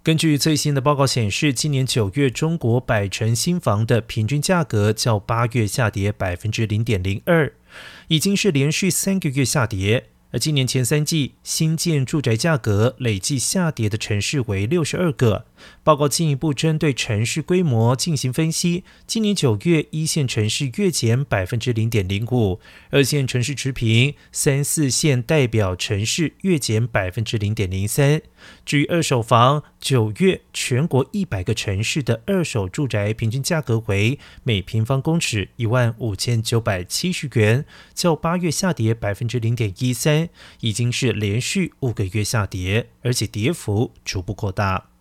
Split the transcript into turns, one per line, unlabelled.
根据最新的报告显示，今年9月中国百城新房的平均价格较8月下跌 0.02%， 已经是连续3个月下跌。而今年前3季新建住宅价格累计下跌的城市为62个。报告进一步针对城市规模进行分析，今年9月1线城市月减 0.05%， 2线城市持平，3、4线代表城市月减 0.03%。 至于二手房，9月全国100个城市的二手住宅平均价格为每平方公尺15970元，较8月下跌 0.13%， 已经是连续5个月下跌，而且跌幅逐步扩大。